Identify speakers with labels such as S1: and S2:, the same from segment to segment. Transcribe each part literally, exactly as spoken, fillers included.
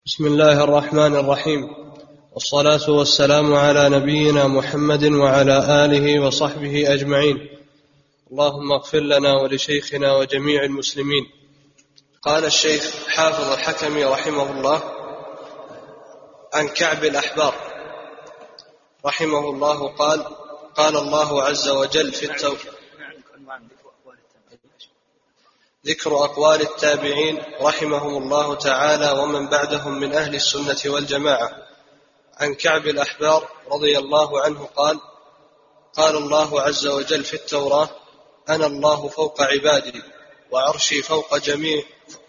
S1: بسم الله الرحمن الرحيم، والصلاة والسلام على نبينا محمد وعلى آله وصحبه أجمعين. اللهم اغفر لنا ولشيخنا وجميع المسلمين. قال الشيخ حافظ الحكمي رحمه الله عن كعب الأحبار رحمه الله قال: قال الله عز وجل في التوراة: ذكر أقوال التابعين رحمهم الله تعالى ومن بعدهم من أهل السنة والجماعة. عن كعب الأحبار رضي الله عنه قال: قال الله عز وجل في التوراة: أنا الله فوق عبادي وعرشي فوق جميع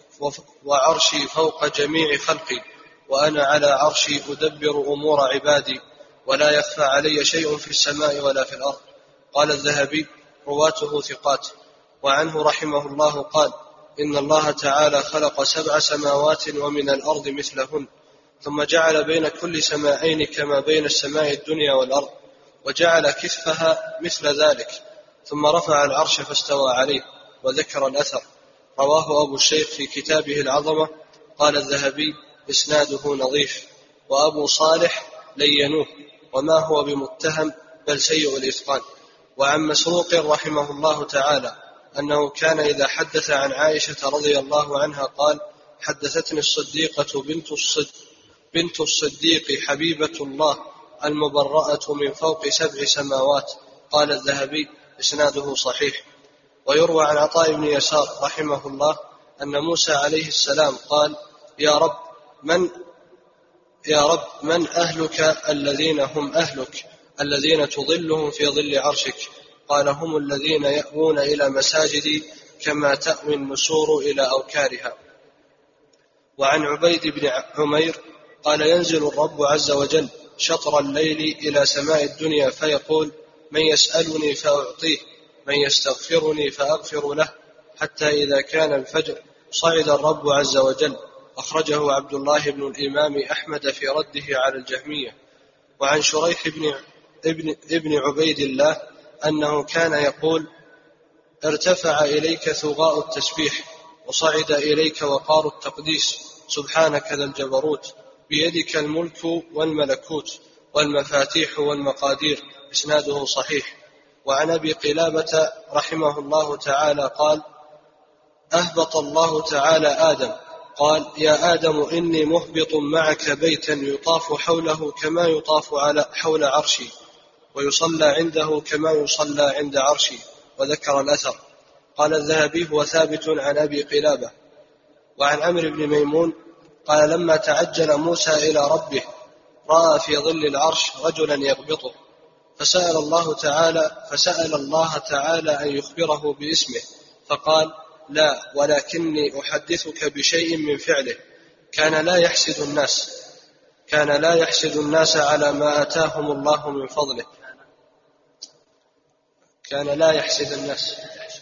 S1: وعرشي فوق جميع خلقي، وأنا على عرشي أدبر أمور عبادي، ولا يخفى علي شيء في السماء ولا في الأرض. قال الذهبي: رواته ثقات. وعنه رحمه الله قال: إن الله تعالى خلق سبع سماوات ومن الأرض مثلهن، ثم جعل بين كل سماءين كما بين السماء الدنيا والأرض، وجعل كفها مثل ذلك، ثم رفع العرش فاستوى عليه، وذكر الأثر. رواه أبو الشيخ في كتابه العظمة. قال الذهبي: إسناده نظيف. وأبو صالح لينوه، وما هو بمتهم بل سيء الإتقان. وعن مسروق رحمه الله تعالى أنه كان إذا حدث عن عائشة رضي الله عنها قال: حدثتني الصديقة بنت الصديق, بنت الصديق حبيبة الله المبرأة من فوق سبع سماوات. قال الذهبي: إسناده صحيح. ويروى عن عطاء بن يسار رحمه الله أن موسى عليه السلام قال: يا رب من يا رب من أهلك الذين هم أهلك الذين تظلهم في ظل عرشك؟ قال: هم الذين يأوون إلى مساجدي كما تأوي النسور إلى أوكارها. وعن عبيد بن عمير قال: ينزل الرب عز وجل شطر الليل إلى سماء الدنيا فيقول: من يسألني فأعطيه، من يستغفرني فأغفر له، حتى إذا كان الفجر صعد الرب عز وجل. أخرجه عبد الله بن الإمام أحمد في رده على الجهمية. وعن شريح بن ابن, ابن عبيد الله أنه كان يقول: ارتفع إليك ثغاء التسبيح، وصعد إليك وقار التقديس، سبحانك ذا الجبروت، بيدك الملك والملكوت والمفاتيح والمقادير. إسناده صحيح. وعن أبي قلابة رحمه الله تعالى قال: أهبط الله تعالى آدم، قال: يا آدم إني مهبط معك بيتا يطاف حوله كما يطاف على حول عرشي، ويصلى عنده كما يصلى عند عرشي، وذكر الأثر. قال الذهبي: هو ثابت عن أبي قلابة. وعن عمرو بن ميمون قال: لما تعجل موسى إلى ربه رأى في ظل العرش رجلا يغبطه، فسأل الله تعالى فسأل الله تعالى أن يخبره باسمه، فقال: لا، ولكني أحدثك بشيء من فعله. كان لا يحسد الناس كان لا يحسد الناس على ما آتاهم الله من فضله كان لا يحسد الناس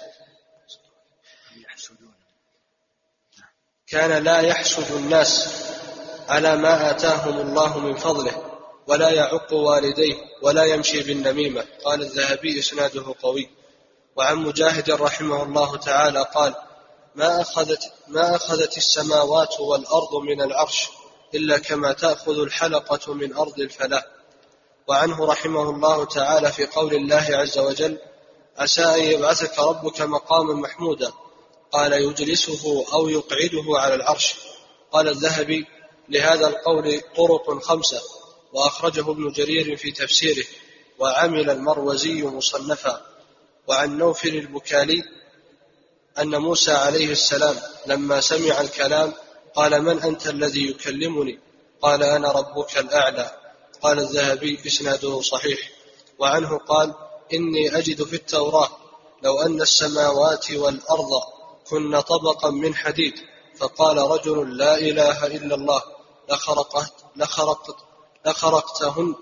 S1: كان لا يحسد الناس على ما آتاهم الله من فضله، ولا يعق والديه، ولا يمشي بالنميمة. قال الذهبي: إسناده قوي. وعن مجاهد رحمه الله تعالى قال: ما أخذت, ما أخذت السماوات والأرض من العرش إلا كما تأخذ الحلقة من أرض الفلاة. وعنه رحمه الله تعالى في قول الله عز وجل: عسى أن يبعثك ربك مقاما محمودا. قال: يجلسه أو يقعده على العرش. قال الذهبي: لهذا القول طرق خمسة، وأخرجه ابن جرير في تفسيره، وعمل المروزي مصنفا. وعن نوفل البكالي أن موسى عليه السلام لما سمع الكلام قال: من أنت الذي يكلمني؟ قال: أنا ربك الأعلى. قال الذهبي: إسناده صحيح. وعنه قال: إني أجد في التوراة لو أن السماوات والأرض كن طبقا من حديد، فقال رجل: لا إله إلا الله، لخرقت لخرقت لخرقتهن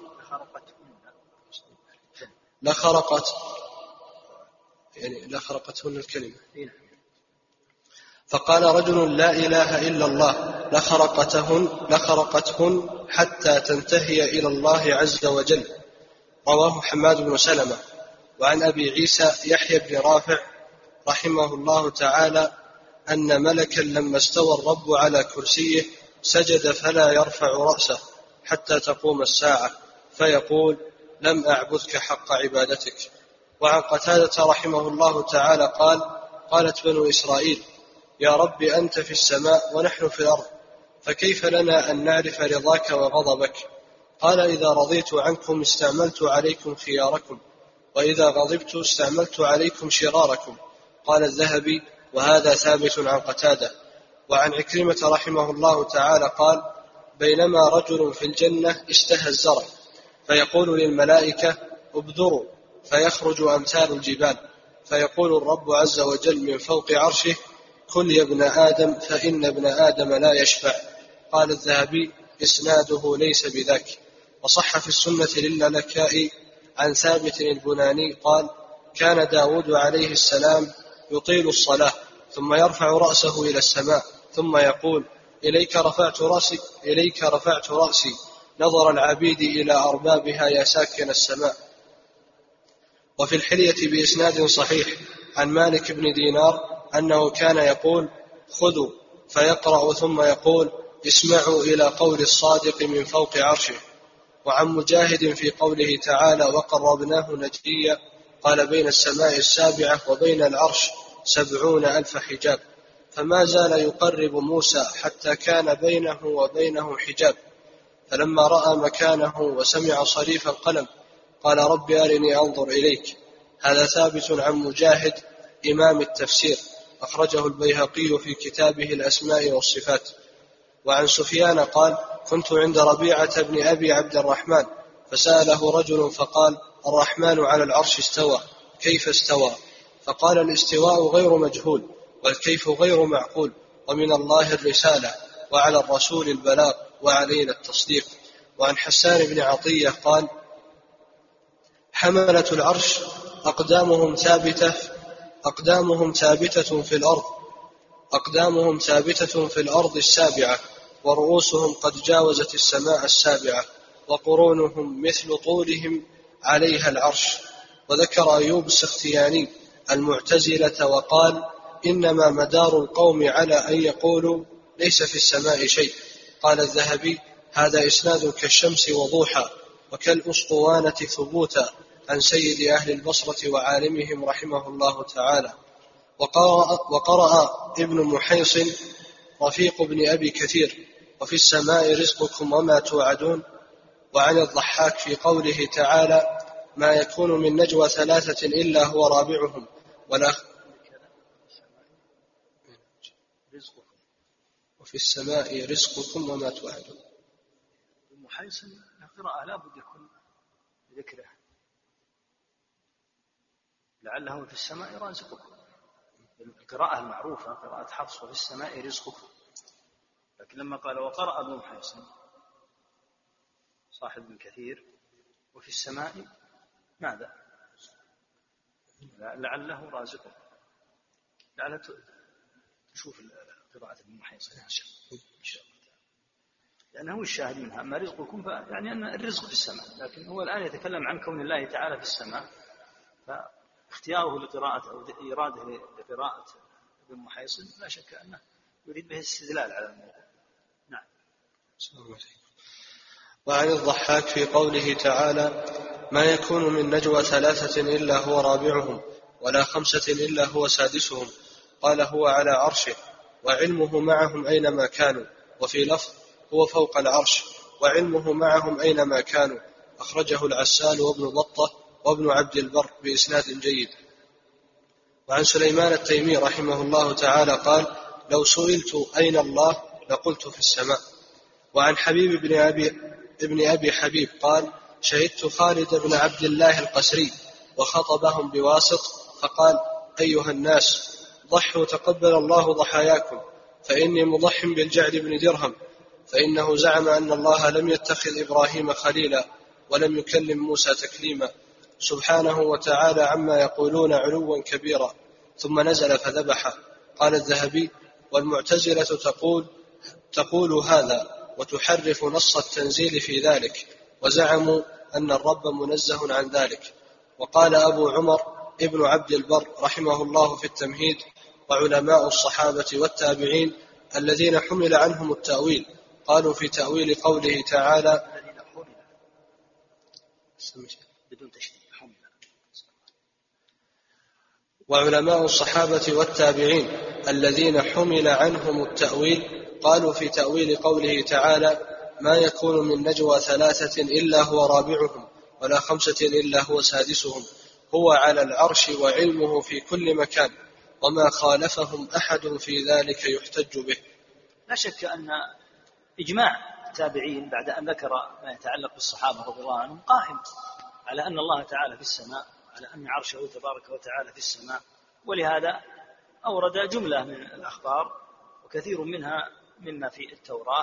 S1: لخرقت يعني لخرقتهن الكلمة. فقال رجل: لا إله إلا الله، لخرقتهن لخرقتهن حتى تنتهي إلى الله عز وجل. رواه حماد بن سلمة. وعن أبي عيسى يحيى بن رافع رحمه الله تعالى أن ملكا لما استوى الرب على كرسيه سجد فلا يرفع رأسه حتى تقوم الساعة فيقول لم أعبدك حق عبادتك. وعن قتادة رحمه الله تعالى قال قالت بنو إسرائيل يا رب أنت في السماء ونحن في الأرض فكيف لنا أن نعرف رضاك وغضبك؟ قال إذا رضيت عنكم استعملت عليكم خياركم وإذا غضبت استعملت عليكم شراركم. قال الذهبي وهذا ثابت عن قتادة. وعن عكرمة رحمه الله تعالى قال بينما رجل في الجنة اشتهى الزرع فيقول للملائكة ابذروا فيخرج أمثال الجبال فيقول الرب عز وجل من فوق عرشه كل يا ابن آدم فإن ابن آدم لا يشبع. قال الذهبي إسناده ليس بذاك. وصح في السنة للالكائي عن ثابت البناني قال كان داود عليه السلام يطيل الصلاة ثم يرفع رأسه إلى السماء ثم يقول إليك رفعت رأسي, إليك رفعت رأسي نظر العبيد إلى أربابها يا ساكن السماء. وفي الحلية بإسناد صحيح عن مالك بن دينار أنه كان يقول خذوا فيقرأ ثم يقول اسمعوا إلى قول الصادق من فوق عرشه. وعن مجاهد في قوله تعالى وقربناه نجيا قال بين السماء السابعة وبين العرش سبعون ألف حجاب فما زال يقرب موسى حتى كان بينه وبينه حجاب فلما رأى مكانه وسمع صريف القلم قال رب أرني أنظر إليك. هذا ثابت عن مجاهد إمام التفسير أخرجه البيهقي في كتابه الأسماء والصفات. وعن سفيان قال كنت عند ربيعة بن أبي عبد الرحمن فسأله رجل فقال الرحمن على العرش استوى كيف استوى؟ فقال الاستواء غير مجهول والكيف غير معقول ومن الله الرسالة وعلى الرسول البلاغ وعلينا التصديق. وعن حسان بن عطية قال حملة العرش أقدامهم ثابتة أقدامهم ثابتة في الأرض أقدامهم ثابتة في الأرض السابعة ورؤوسهم قد جاوزت السماء السابعة وقرونهم مثل طولهم عليها العرش. وذكر أيوب السختياني المعتزلة وقال إنما مدار القوم على أن يقولوا ليس في السماء شيء. قال الذهبي هذا إسناد كالشمس وضوحا وكالأسطوانة ثبوتا عن سيد أهل البصرة وعالمهم رحمه الله تعالى. وقرأ, وقرأ ابن محيصن رفيق بن أبي كثير وفي السماء رزقكم وما توعدون. وعن الضحاك في قوله تعالى ما يكون من نجوى ثلاثة إلا هو رابعهم ولا وفي السماء رزقكم وما توعدون.
S2: المحيصن قراءة لا بد يكون ذكره لعله في السماء رازقكم. القراءة المعروفة قراءة حفص وفي السماء رزقكم. لكن لما قال وقرأ ابن محيصن صاحب ابن كثير وفي السماء ماذا؟ لعله رازقكم. لعله تشوف قراءة ابن محيصن إن شاء الله لأنه هو الشاهد منها. أما رزقكم يعني أن الرزق في السماء لكن هو الآن يتكلم عن كون الله تعالى في السماء فاختياره لقراءة أو إراده لقراءة ابن محيصن لا شك أنه يريد به الاستدلال على الموضوع. نعم.
S1: وعن الضحاك في قوله تعالى ما يكون من نجوى ثلاثة إلا هو رابعهم ولا خمسة إلا هو سادسهم قال هو على عرشه وعلمه معهم أينما كانوا. وفي لفظ هو فوق العرش وعلمه معهم أينما كانوا. أخرجه العسال وابن بطة وابن عبد البر بإسناد جيد. وعن سليمان التيمي رحمه الله تعالى قال لو سئلت أين الله لقلت في السماء. وعن حبيب بن أبي, ابن أبي حبيب قال شهدت خالد بن عبد الله القسري وخطبهم بواسط فقال أيها الناس ضحوا تقبل الله ضحاياكم فإني مضح بالجعد بن درهم فإنه زعم أن الله لم يتخذ إبراهيم خليلا ولم يكلم موسى تكليما سبحانه وتعالى عما يقولون علوا كبيرا ثم نزل فذبح. قال الذهبي والمعتزلة تقول, تقول هذا وتحرف نص التنزيل في ذلك وزعموا أن الرب منزه عن ذلك. وقال أبو عمر ابن عبد البر رحمه الله في التمهيد وعلماء الصحابة والتابعين الذين حمل عنهم التأويل قالوا في تأويل قوله تعالى
S2: بدون تشديد حمل.
S1: وعلماء الصحابة والتابعين الذين حمل عنهم التأويل قالوا في تأويل قوله تعالى ما يكون من نجوى ثلاثة إلا هو رابعهم ولا خمسة إلا هو سادسهم هو على العرش وعلمه في كل مكان وما خالفهم أحد في ذلك يحتج به.
S2: لا شك أن إجماع التابعين بعد أن ذكر ما يتعلق بالصحابة رضي الله عنهم قائم على أن الله تعالى في السماء على أن عرشه تبارك وتعالى في السماء، ولهذا أورد جملة من الأخبار وكثير منها مما في التوراة،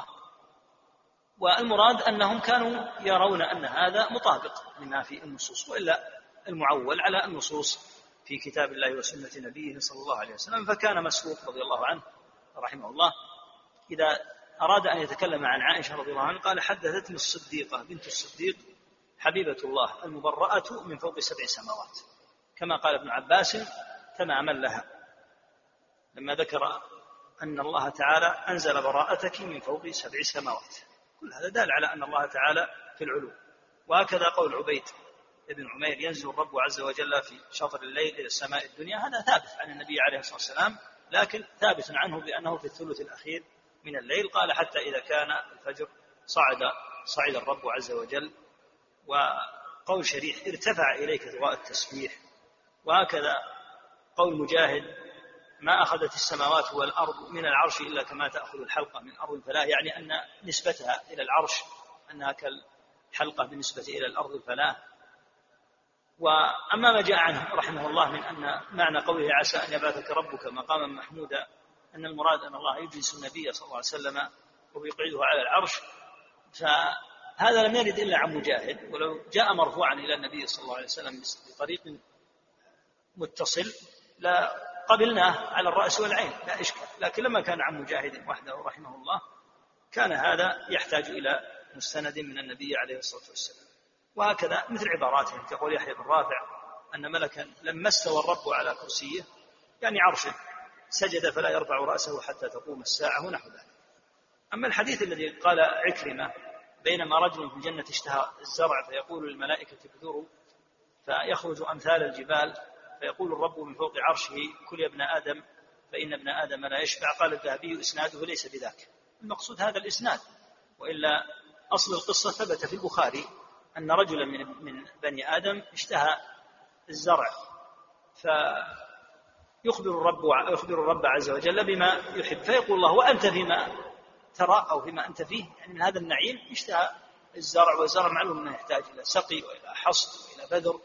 S2: والمراد أنهم كانوا يرون أن هذا مطابق لما في النصوص، وإلا المعول على النصوص في كتاب الله وسنة نبيه صلى الله عليه وسلم. فكان مسروق رضي الله عنه رحمه الله إذا أراد أن يتكلم عن عائشة رضي الله عنها قال حدثتني الصديقة بنت الصديق حبيبة الله المبرأة من فوق سبع سماوات، كما قال ابن عباس تماما لها لما ذكر أن الله تعالى أنزل براءتك من فوق سبع سماوات. كل هذا دال على أن الله تعالى في العلو. وهكذا قول عبيد ابن عمير ينزل الرب عز وجل في شطر الليل إلى السماء الدنيا، هذا ثابت عن النبي عليه الصلاة والسلام، لكن ثابت عنه بأنه في الثلث الأخير من الليل. قال حتى إذا كان الفجر صعد صعد الرب عز وجل. وقول شريح ارتفع إليك ذراء التسبيح. وهكذا قول مجاهد ما أخذت السماوات والأرض من العرش إلا كما تأخذ الحلقة من أرض الفلاة، يعني أن نسبتها إلى العرش أنها كالحلقة بالنسبة إلى الأرض الفلاة. وأما ما جاء عنه رحمه الله من أن معنى قوله عسى أن يبعثك ربك مقاما محمودا أن المراد أن الله يجلس النبي صلى الله عليه وسلم ويقعده على العرش، فهذا لم يرد إلا عن مجاهد، ولو جاء مرفوعا إلى النبي صلى الله عليه وسلم بطريق متصل لا قبلناه على الرأس والعين لا إشكال، لكن لما كان عن مجاهد وحده رحمه الله كان هذا يحتاج إلى مستند من النبي عليه الصلاة والسلام. وهكذا مثل عباراتهم كقول يحيى بن رافع أن ملكا لما استوى الرب على كرسيه يعني عرشه سجد فلا يرفع رأسه حتى تقوم الساعة ونحو ذلك. أما الحديث الذي قال عكرمة بينما رجل في الجنة اشتهى الزرع فيقول للملائكة ابذروا فيخرج أمثال الجبال فيقول الرب من فوق عرشه كل يا ابن آدم فإن ابن آدم لا يشبع. قال الذهبي إسناده ليس بذاك، المقصود هذا الإسناد، وإلا أصل القصة ثبت في البخاري أن رجلا من من بني آدم اشتهى الزرع فيخبر الرب يخبر الرب عز وجل بما يحب فيقول الله وأنت فيما ترى أو فيما أنت فيه، يعني من هذا النعيم اشتهى الزرع، والزرع معلوم أنه يحتاج إلى سقي وإلى حصد وإلى بذر.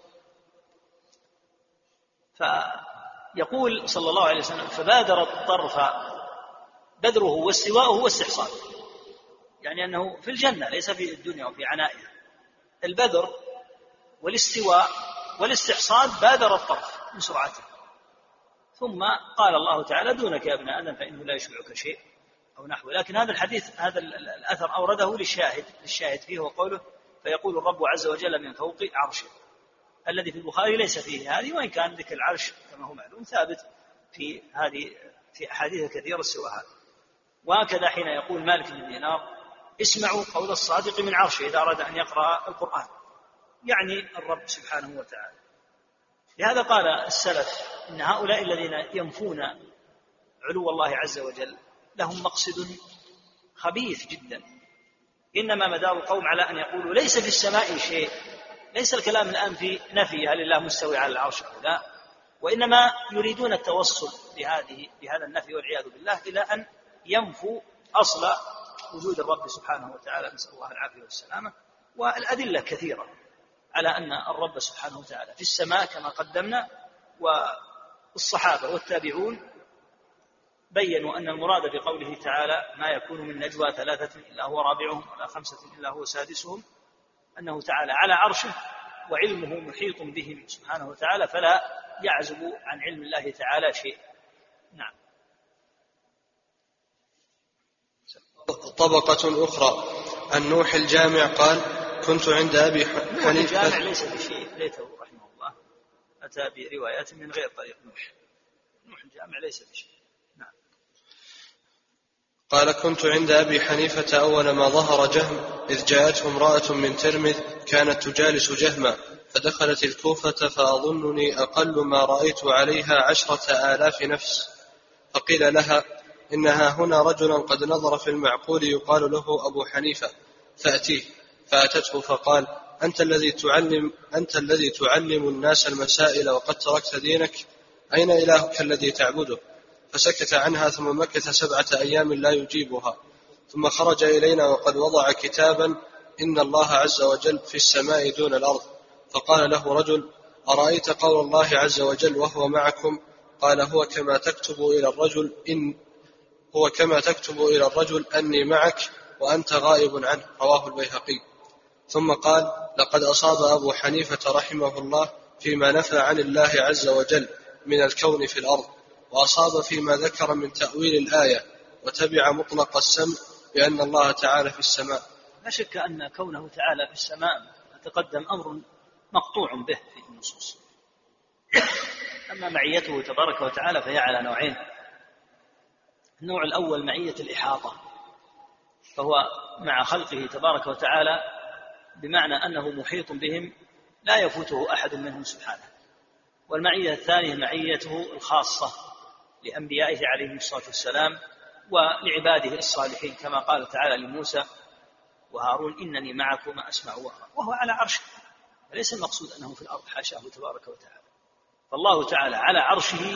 S2: فيقول صلى الله عليه وسلم فبادر الطرف بذره واستواءه واستحصاد، يعني أنه في الجنة ليس في الدنيا وفي عنائها. البذر والاستواء والاستحصاد بادر الطرف من سرعته. ثم قال الله تعالى دونك يا ابن آدم فإنه لا يشبعك شيء أو نحوه. لكن هذا الحديث هذا الأثر أورده للشاهد للشاهد فيه وقوله فيقول الرب عز وجل من فوق عرشه، الذي في البخاري ليس فيه هذه، وإن كان ذكر العرش كما هو معلوم ثابت في هذه في أحاديث كثيرة سوى هذا. وهكذا حين يقول مالك بن دينار اسمعوا قول الصادق من عرشه إذا أراد أن يقرأ القرآن، يعني الرب سبحانه وتعالى. لهذا قال السلف إن هؤلاء الذين ينفون علو الله عز وجل لهم مقصد خبيث جدا، إنما مدار القوم على أن يقولوا ليس في السماء شيء. ليس الكلام الآن في نفي هل الله مستوي على العرش أو لا، وإنما يريدون التوصل بهذه بهذا النفي والعياذ بالله إلى أن ينفوا أصل وجود الرب سبحانه وتعالى، نسأل الله العافية والسلامة. والأدلة كثيرة على أن الرب سبحانه وتعالى في السماء كما قدمنا، والصحابة والتابعون بيّنوا أن المراد بقوله تعالى ما يكون من نجوى ثلاثة إلا هو رابعهم ولا خمسة إلا هو سادسهم أنه تعالى على عرشه وعلمه محيط بهم سبحانه وتعالى فلا يعزب عن علم الله تعالى شيء. نعم.
S1: طبقة أخرى عن نوح الجامع قال كنت عند أبي حنيفة.
S2: الجامع ليس بشيء ليته رحمه الله أتى بروايات من غير طريق نوح. نوح الجامع ليس بشيء. نعم.
S1: قال كنت عند أبي حنيفة أول ما ظهر جهم إذ جاءته امرأة من ترمذ كانت تجالس جهما فدخلت الكوفة فأظنني أقل ما رأيت عليها عشرة آلاف نفس، فقيل لها إنها هنا رجلا قد نظر في المعقول يقال له أبو حنيفة فأتيه، فأتته فقال أنت الذي تعلم, أنت الذي تعلم الناس المسائل وقد تركت دينك، أين إلهك الذي تعبده؟ فسكت عنها ثم مكث سبعة أيام لا يجيبها، ثم خرج إلينا وقد وضع كتابا إن الله عز وجل في السماء دون الأرض، فقال له رجل أرأيت قول الله عز وجل وهو معكم؟ قال هو كما تكتب إلى الرجل إن هو كما تكتب إلى الرجل أني معك وأنت غائب عنه، رواه البيهقي. ثم قال لقد أصاب أبو حنيفة رحمه الله فيما نفى عن الله عز وجل من الكون في الأرض، وأصاب فيما ذكر من تأويل الآية، وتبع مطلق السمع بأن الله تعالى في السماء.
S2: لا شك أن كونه تعالى في السماء تقدم أمر مقطوع به في النصوص. أما معيته تبارك وتعالى فهي على نوعين. النوع الأول معية الإحاطة، فهو مع خلقه تبارك وتعالى بمعنى أنه محيط بهم لا يفوته أحد منهم سبحانه. والمعية الثانية معيته الخاصة لأنبيائه عليهم الصلاة والسلام ولعباده الصالحين، كما قال تعالى لموسى وهارون إنني معكما أسمع وأرى، وهو على عرشه، فليس المقصود أنه في الأرض، حاشاه تبارك وتعالى. فالله تعالى على عرشه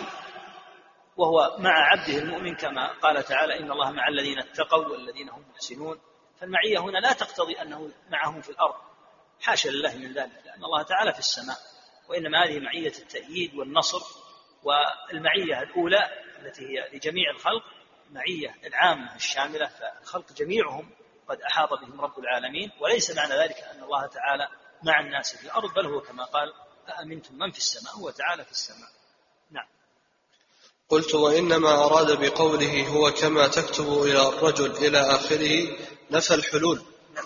S2: وهو مع عبده المؤمن، كما قال تعالى إن الله مع الذين اتقوا والذين هم محسنون. فالمعية هنا لا تقتضي أنه معهم في الأرض، حاشا لله من ذلك، لأن الله تعالى في السماء، وإنما هذه معية التأييد والنصر. والمعية الأولى التي هي لجميع الخلق معية العامة الشاملة، فالخلق جميعهم قد أحاط بهم رب العالمين، وليس معنى ذلك أن الله تعالى مع الناس في الأرض، بل هو كما قال أأمنتم من في السماء، هو تعالى في السماء. نعم.
S1: قلت وإنما أراد بقوله هو كما تكتب إلى الرجل إلى آخره نفى الحلول،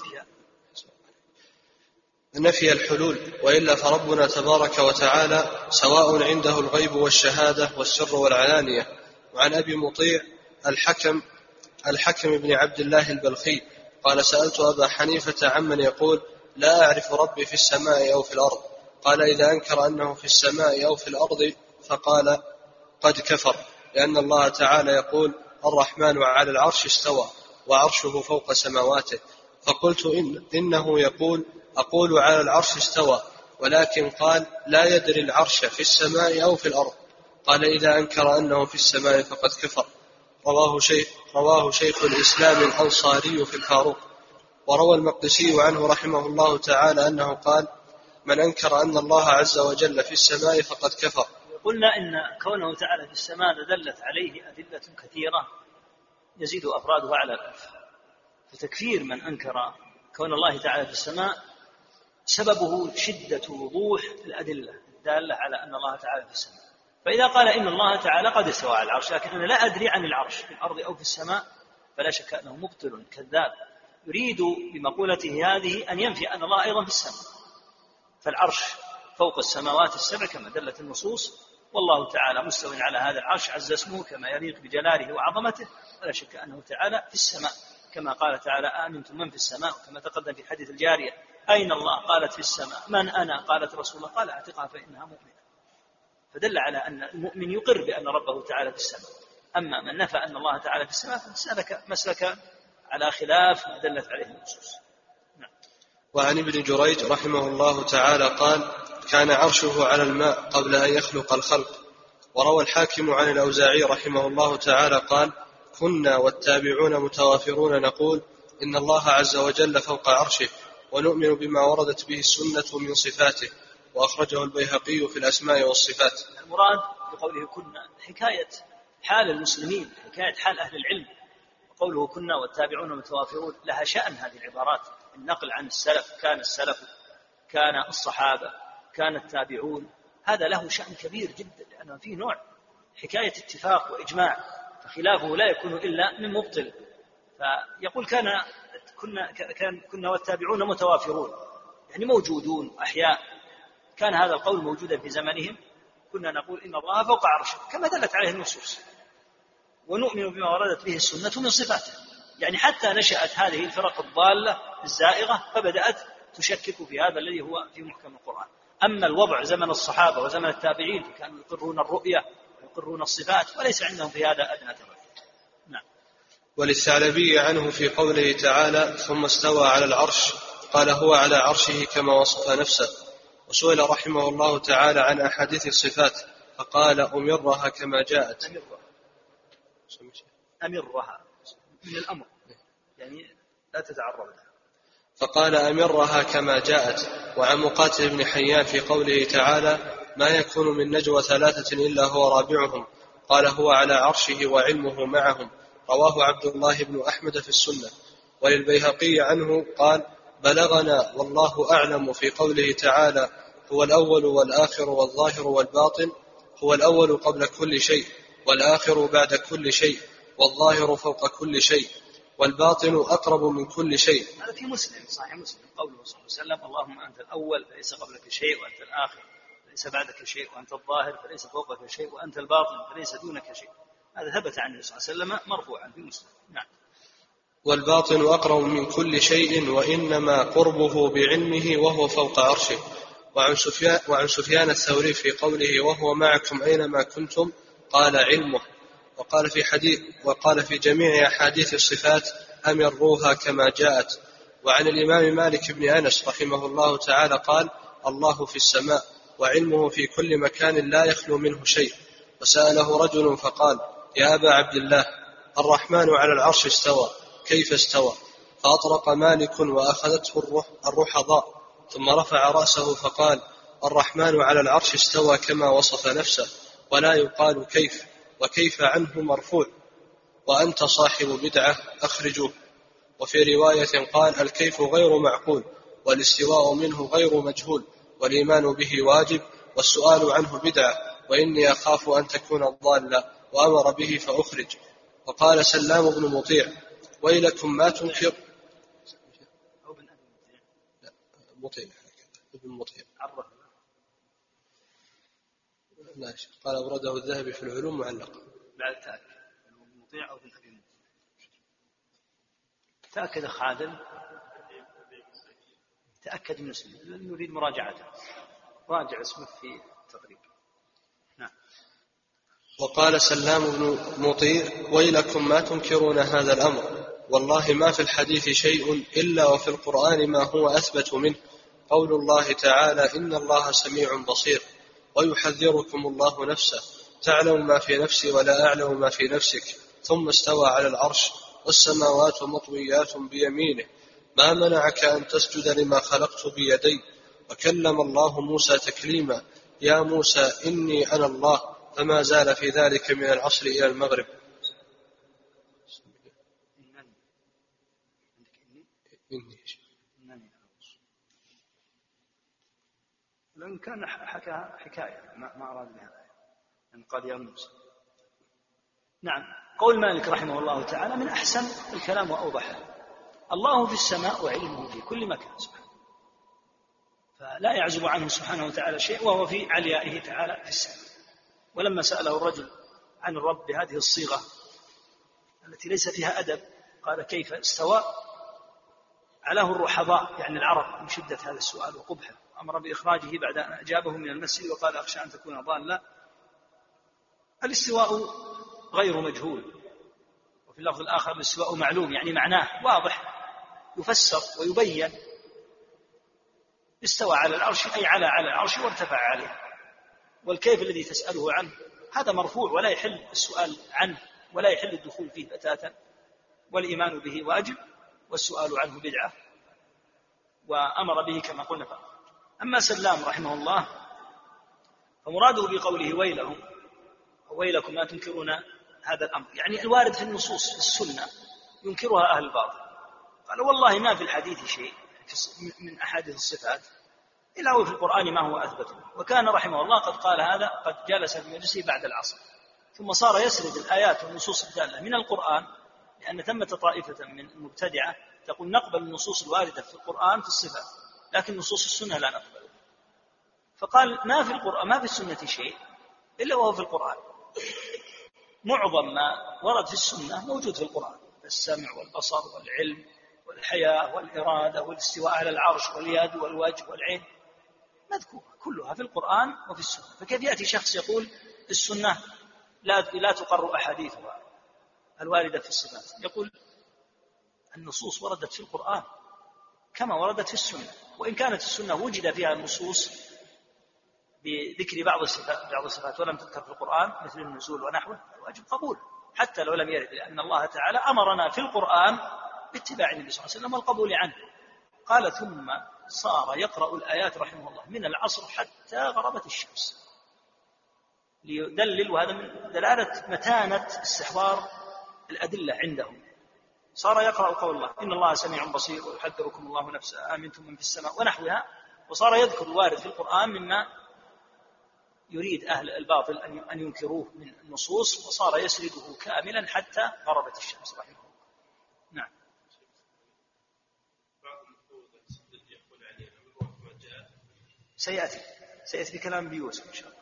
S1: نفي الحلول، وإلا فربنا تبارك وتعالى سواء عنده الغيب والشهادة والسر والعلانية. وعن أبي مطيع الحكم الحكم بن عبد الله البلخي قال سألت أبا حنيفة عمن يقول لا أعرف ربي في السماء أو في الأرض، قال إذا أنكر أنه في السماء أو في الأرض فقال قد كفر، لأن الله تعالى يقول الرحمن على العرش استوى وعرشه فوق سماواته. فقلت إن إنه يقول أقول على العرش استوى، ولكن قال لا يدري العرش في السماء أو في الأرض. قال إذا أنكر أنه في السماء فقد كفر. رواه شيخ, رواه شيخ الإسلام الأنصاري في الفاروق. وروى المقدسي عنه رحمه الله تعالى أنه قال من أنكر أن الله عز وجل في السماء فقد كفر.
S2: قلنا إن كونه تعالى في السماء دلت عليه أدلة كثيرة يزيد أفرادها على الألف، فتكفير من أنكر كون الله تعالى في السماء سببه شدة وضوح الأدلة الدالة على أن الله تعالى في السماء. فإذا قال إن الله تعالى قد استوى على العرش لكن أنا لا أدري عن العرش في الأرض أو في السماء، فلا شك أنه مبطل كذاب، يريد بمقولته هذه أن ينفي أن الله أيضا في السماء. فالعرش فوق السماوات السبع كما دلت النصوص، والله تعالى مستوٍ على هذا العرش عز اسمه كما يليق بجلاله وعظمته، ولا شك أنه تعالى في السماء، كما قال تعالى آمنتم من في السماء، وكما تقدم في حديث الجارية أين الله؟ قالت في السماء. من أنا؟ قالت رسول الله. قال اعتقها فإنها مؤمنة. فدل على أن المؤمن يقر بأن ربه تعالى في السماء. أما من نفى أن الله تعالى في السماء فسلك مسلك على خلاف ما دلت عليه النصوص. نعم.
S1: وعن ابن جريج رحمه الله تعالى قال كان عرشه على الماء قبل أن يخلق الخلق. وروى الحاكم عن الأوزاعي رحمه الله تعالى قال كنا والتابعون متوافرون نقول إن الله عز وجل فوق عرشه، ونؤمن بما وردت به السنة من صفاته. وأخرجه البيهقي في الأسماء والصفات.
S2: المراد بقوله كنا حكاية حال المسلمين، حكاية حال أهل العلم. وقوله كنا والتابعون متوافرون لها شأن هذه العبارات، النقل عن السلف، كان السلف، كان الصحابة، كان التابعون، هذا له شأن كبير جدا، لأنه فيه نوع حكاية اتفاق وإجماع، فخلافه لا يكون إلا من مبطل. فيقول كان كنا, كان كنا والتابعون متوافرون، يعني موجودون أحياء، كان هذا القول موجودا في زمنهم. كنا نقول إن الله فوق عرشه كما دلت عليه النصوص، ونؤمن بما وردت به السنة من صفاته. يعني حتى نشأت هذه الفرق الضالة الزائغة فبدأت تشكك في هذا الذي هو في محكم القرآن. أما الوضع زمن الصحابة وزمن التابعين كانوا يقرون الرؤية ويقرون الصفات وليس عندهم في هذا أدنى تردد. نعم.
S1: وللثعلبي عنه في قوله تعالى ثم استوى على العرش قال هو على عرشه كما وصف نفسه. وسئل رحمه الله تعالى عن أحاديث الصفات فقال أمرها كما جاءت.
S2: أمرها, أمرها من الأمر يعني لا تتعرض لها.
S1: فقال أمرها كما جاءت. وعن مقاتل بن حيان في قوله تعالى ما يكون من نجوى ثلاثة إلا هو رابعهم قال هو على عرشه وعلمه معهم. رواه عبد الله بن أحمد في السنة. وللبيهقي عنه قال بلغنا والله أعلم في قوله تعالى هو الأول والآخر والظاهر والباطن هو الأول قبل كل شيء والآخر بعد كل شيء والظاهر فوق كل شيء والباطن أقرب من كل شيء.
S2: هذا في مسلم صحيح مسلم قوله صلى الله عليه وسلم اللهم أنت الأول فليس قبلك شيء وأنت الآخر فليس بعدك شيء وأنت الظاهر فليس فوقك شيء وأنت الباطن فليس دونك شيء. هذا ثبت عن النبي صلى الله عليه وسلم مرفوعا في مسلم. نعم.
S1: والباطن أقرب من كل شيء وإنما قربه بعلمه وهو فوق عرشه. وعن سفيان, وعن سفيان الثوري في قوله وهو معكم أينما كنتم قال علمه. وقال في حديث وقال في جميع أحاديث الصفات أمروها كما جاءت. وعن الإمام مالك بن أنس رحمه الله تعالى قال الله في السماء وعلمه في كل مكان لا يخلو منه شيء. وسأله رجل فقال يا أبا عبد الله الرحمن على العرش استوى كيف استوى؟ فأطرق مالك وأخذته الروح الرحضاء ثم رفع رأسه فقال الرحمن على العرش استوى كما وصف نفسه ولا يقال كيف وكيف عنه مرفوع وأنت صاحب بدعة أخرجوه. وفي رواية قال الكيف غير معقول والاستواء منه غير مجهول والإيمان به واجب والسؤال عنه بدعة وإني أخاف أن تكون ضالة وأمر به فأخرج. وقال سلام بن مطيع ويلكم ما تنكر مطيع ابن مطيع لا قال أورده الذهبي في العلوم معلقا
S2: بعد تأكد مطيع أو ابن أبي مطيع تأكد خادم تأكد من اسمه نريد مراجعته راجع اسمه في التقريب. نعم.
S1: وقال سلام بن مطيع ويلكم ما تنكرون هذا الأمر والله ما في الحديث شيء إلا وفي القرآن ما هو أثبت منه قول الله تعالى إن الله سميع بصير ويحذركم الله نفسه تعلم ما في نفسي ولا أعلم ما في نفسك ثم استوى على العرش والسماوات مطويات بيمينه ما منعك أن تسجد لما خلقت بيدي وكلم الله موسى تكليما يا موسى إني أنا الله فما زال في ذلك من العصر إلى المغرب.
S2: لأن كان حكى حكاية ما أراد بها أن قال يا موسى. نعم. قول مالك رحمه الله تعالى من أحسن الكلام وأوضحه الله في السماء وعلمه في كل مكان سبحانه فلا يعزب عنه سبحانه وتعالى شيء وهو في عليائه تعالى في السماء. ولما سأله الرجل عن الرب بهذه الصيغة التي ليس فيها أدب قال كيف استوى علاه الرحضاء يعني العرب من شدة هذا السؤال وقبحه أمر بإخراجه بعد أن أجابه من المسجد وقال أخشى أن تكون ضالة. الاستواء غير مجهول وفي اللفظ الآخر الاستواء معلوم يعني معناه واضح يفسر ويبين. استوى على العرش أي على على العرش وارتفع عليه. والكيف الذي تسأله عنه هذا مرفوع ولا يحل السؤال عنه ولا يحل الدخول فيه بتاتا والإيمان به واجب والسؤال عنه بدعة وأمر به كما قلنا فأخرج. أما سلام رحمه الله فمراده بقوله ويلهم ويلكم ما تنكرون هذا الأمر يعني الوارد في النصوص في السنة ينكرها أهل الباطل. قال والله ما في الحديث شيء من أحاديث الصفات إلا هو في القرآن ما هو أثبت. وكان رحمه الله قد قال هذا قد جلس في مجلسه بعد العصر ثم صار يسرد الآيات والنصوص الدالة من القرآن لأن ثمة طائفة من المبتدعة تقول نقبل النصوص الواردة في القرآن في الصفات لكن نصوص السنة لا نقبل. فقال ما في القرآن ما في السنة شيء إلا وهو في القرآن. معظم ما ورد في السنة موجود في القرآن السمع والبصر والعلم والحياة والإرادة والاستواء على العرش واليد والوجه والعين مذكورة كلها في القرآن وفي السنة. فكيف يأتي شخص يقول السنة لا لا تقر أحاديثها الواردة في الصفات؟ يقول النصوص وردت في القرآن كما وردت في السنة، وإن كانت السنة وجد فيها النصوص بذكر بعض الصفات بعض الصفات ولم تذكر في القرآن مثل النزول ونحوه واجب قبول حتى لو لم يرد، لأن الله تعالى أمرنا في القرآن باتباع النبي صلى الله عليه وسلم والقبول عنه. قال ثم صار يقرأ الآيات رحمه الله من العصر حتى غربت الشمس، ليدلل، وهذا من دلالة متانة استحضار الأدلة عندهم. صار يقرأ قول الله إن الله سميع بصير ويحذركم الله نفسه آمنتم من في السماء ونحوها، وصار يذكر الوارد في القرآن مما يريد أهل الباطل أن ينكروه من النصوص، وصار يسرده كاملا حتى غربت الشمس رحمه الله. نعم. سيأتي سيأتي بكلام بيوسف إن شاء الله.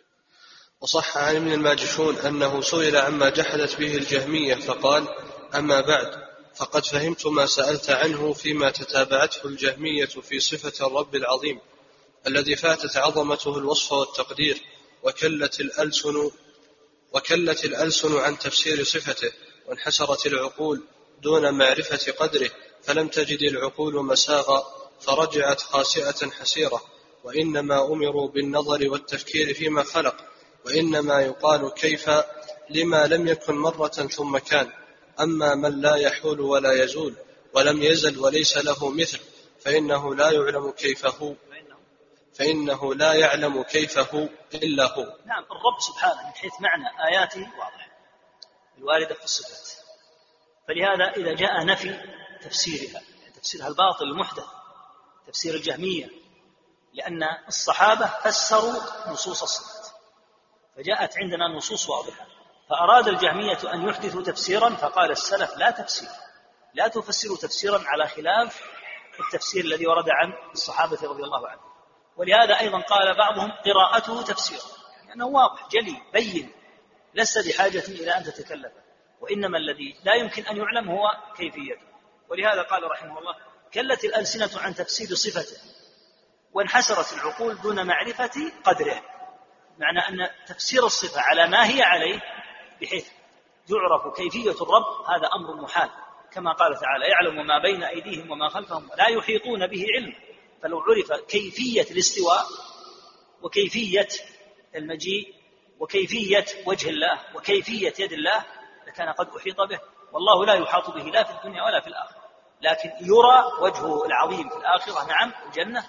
S1: وصح عن ابن الماجشون أنه سئل عما جحدت به الجهمية فقال أما بعد فقد فهمت ما سألت عنه فيما تتابعته الجهمية في صفة الرب العظيم الذي فاتت عظمته الوصف والتقدير، وكلت الألسن وكلت الألسن عن تفسير صفته، وانحسرت العقول دون معرفة قدره، فلم تجد العقول مساغا فرجعت خاسئة حسيرة، وإنما أمروا بالنظر والتفكير فيما خلق، وإنما يقال كيف لما لم يكن مرة ثم كان. أما من لا يحول ولا يزول ولم يزل وليس له مثل فإنه لا يعلم كيفه فإنه لا يعلم كيفه إلا هو.
S2: نعم، الرب سبحانه من حيث معنى آياته واضح الواردة في الصفات، فلهذا إذا جاء نفي تفسيرها تفسيرها الباطل المحدث تفسير الجهمية، لأن الصحابة فسروا نصوص الصفات فجاءت عندنا نصوص واضحة، فأراد الجهمية أن يحدثوا تفسيرا فقال السلف لا تفسير، لا تفسروا تفسيرا على خلاف التفسير الذي ورد عن الصحابة رضي الله عنهم. ولهذا أيضا قال بعضهم قراءته تفسير، لأنه واضح جلي بين لست بحاجة إلى أن تتكلف، وإنما الذي لا يمكن أن يعلم هو كيفيته. ولهذا قال رحمه الله كلت الألسنة عن تفسير صفته وانحسرت العقول دون معرفة قدره، معنى أن تفسير الصفة على ما هي عليه بحيث يعرف كيفية الرب هذا أمر محال، كما قال تعالى يعلم ما بين أيديهم وما خلفهم ولا يحيطون به علم. فلو عرف كيفية الاستواء وكيفية المجيء وكيفية وجه الله وكيفية يد الله لكان قد أحيط به، والله لا يحاط به لا في الدنيا ولا في الآخرة، لكن يرى وجهه العظيم في الآخرة. نعم الجنة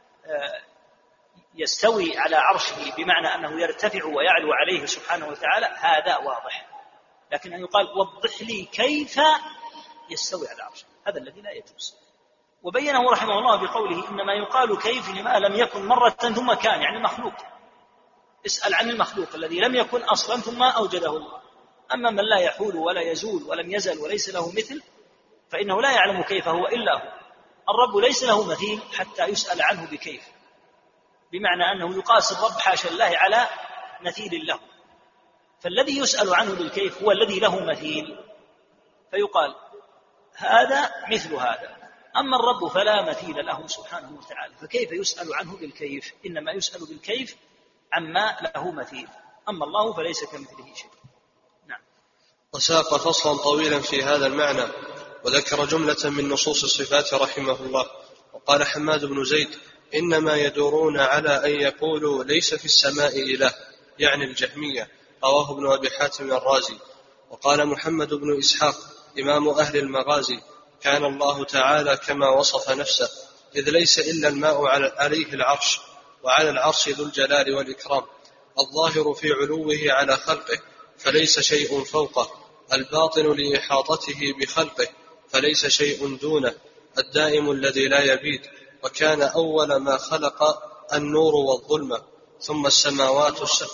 S2: يستوي على عرشه بمعنى أنه يرتفع ويعلو عليه سبحانه وتعالى، هذا واضح، لكن أن يقال وضح لي كيف يستوي على عرشه هذا الذي لا يجوز. وبينه رحمه الله بقوله إنما يقال كيف لما لم يكن مرة ثم كان، يعني مخلوق، اسأل عن المخلوق الذي لم يكن أصلا ثم أوجده الله. أما من لا يحول ولا يزول ولم يزل وليس له مثل فإنه لا يعلم كيف هو إلا هو. الرب ليس له مثيل حتى يسأل عنه بكيف، بمعنى أنه يقاس الرب حاشا الله على مثيل له، فالذي يسأل عنه بالكيف هو الذي له مثيل فيقال هذا مثل هذا. أما الرب فلا مثيل له سبحانه وتعالى، فكيف يسأل عنه بالكيف؟ إنما يسأل بالكيف عما له مثيل، أما الله فليس كمثله شيء. نعم.
S1: وساق فصلا طويلا في هذا المعنى وذكر جملة من نصوص الصفات رحمه الله. وقال حماد بن زيد إنما يدورون على أن يقولوا ليس في السماء إله، يعني الجهمية، رواه ابن أبي حاتم الرازي. وقال محمد بن إسحاق إمام أهل المغازي كان الله تعالى كما وصف نفسه، إذ ليس إلا الماء عليه العرش، وعلى العرش ذو الجلال والإكرام، الظاهر في علوه على خلقه فليس شيء فوقه، الباطن لإحاطته بخلقه فليس شيء دونه، الدائم الذي لا يبيد. وكان أول ما خلق النور والظلمة ثم السماوات السبع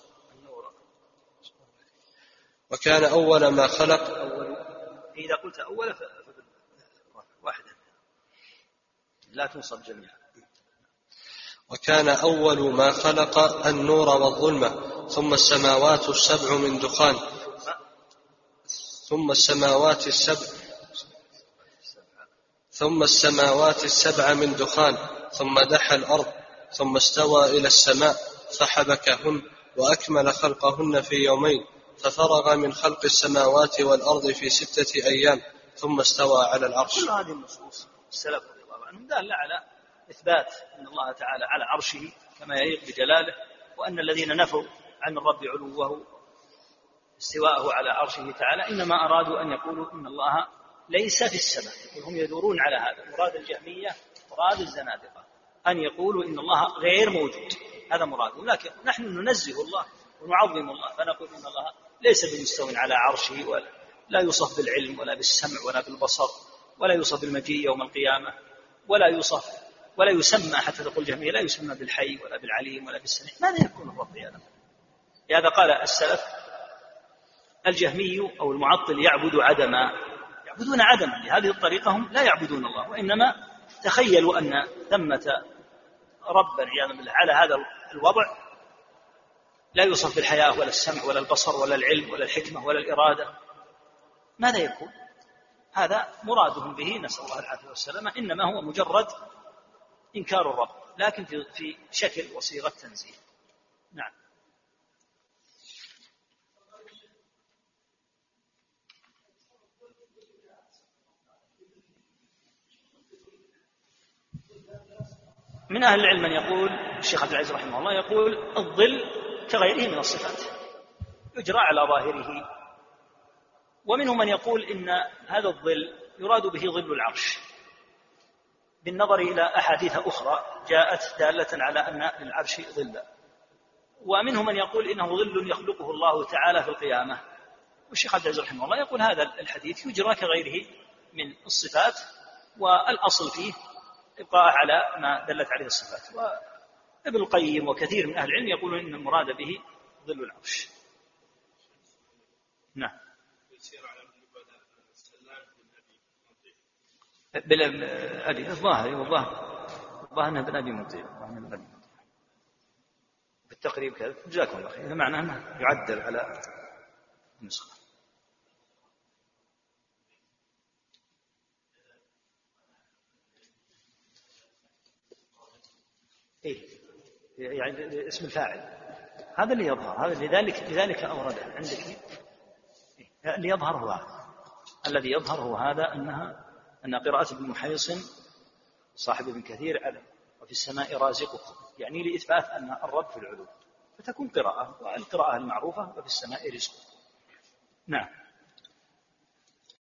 S1: وكان أول ما خلق
S2: إذا قلت أول واحدة لا تنصب جميعا.
S1: وكان أول ما خلق النور والظلمة ثم السماوات السبع من دخان ثم السماوات السبع ثم السماوات السبع من دخان ثم دحى الأرض ثم استوى إلى السماء فحبكهن وأكمل خلقهن في يومين ففرغ من خلق السماوات والأرض في ستة أيام ثم استوى على العرش.
S2: كل هذه النصوص السلف رضي الله عنهم دال على إثبات أن الله تعالى على عرشه كما يليق بجلاله، وأن الذين نفوا عن الرب علوه استواءه على عرشه تعالى إنما أرادوا أن يقولوا إن الله ليس في السماء، وهم يدورون على هذا. مراد الجهمية مراد الزنادقة أن يقولوا إن الله غير موجود، هذا مرادهم. لكن نحن ننزه الله ونعظم الله فنقول إن الله ليس بمستوى على عرشه، ولا لا يوصف بالعلم ولا بالسمع ولا بالبصر، ولا يوصف بالمجيء يوم القيامة، ولا يوصف ولا يسمى، حتى تقول الجهمية لا يسمى بالحي ولا بالعليم ولا بالسميع. ماذا يكون الرب هذا؟ لهذا قال السلف الجهمي أو المعطل يعبد عدما، يعبدون عدما. بهذه الطريقة هم لا يعبدون الله، وإنما تخيلوا أن ثمة ربا عياذا بالله على هذا الوضع لا يوصف بالحياة ولا السمع ولا البصر ولا العلم ولا الحكمة ولا الإرادة. ماذا يكون؟ هذا مرادهم به، نسأل الله العافية والسلامة، إنما هو مجرد إنكار الرب، لكن في شكل وصيغة تنزيه. نعم. من أهل العلم من يقول، الشيخ عبد العزيز رحمه الله يقول الظل كغيره من الصفات يجرى على ظاهره. ومنهم من يقول إن هذا الظل يراد به ظل العرش، بالنظر إلى أحاديث أخرى جاءت دالة على أن للعرش ظلا. ومنهم من يقول إنه ظل يخلقه الله تعالى في القيامة. والشيخ عبد العزيز رحمه الله يقول هذا الحديث يجرى كغيره من الصفات، والأصل فيه إبقاء على ما دلت عليه الصفات. وابن القيم وكثير من أهل العلم يقولون إن المراد به ظل العرش. نعم. بالأبي الظاهري والظاهر الظاهر أنه بن أبي مطيع بالتقريب كذا. جزاكم الله خير. معناه أنه يعدل على النسخة. إيه يعني اسم الفاعل هذا اللي يظهر، هذا لذلك لذلك أورده عندك. إيه؟ اللي يظهر هو هذا. الذي يظهر هو هذا أنها أن قراءة ابن محيصن صاحب ابن كثير علم وفي السماء رازقكم، يعني لإثبات أن الرب في العلو، فتكون قراءة، والقراءة المعروفة وفي السماء رزقكم. نعم.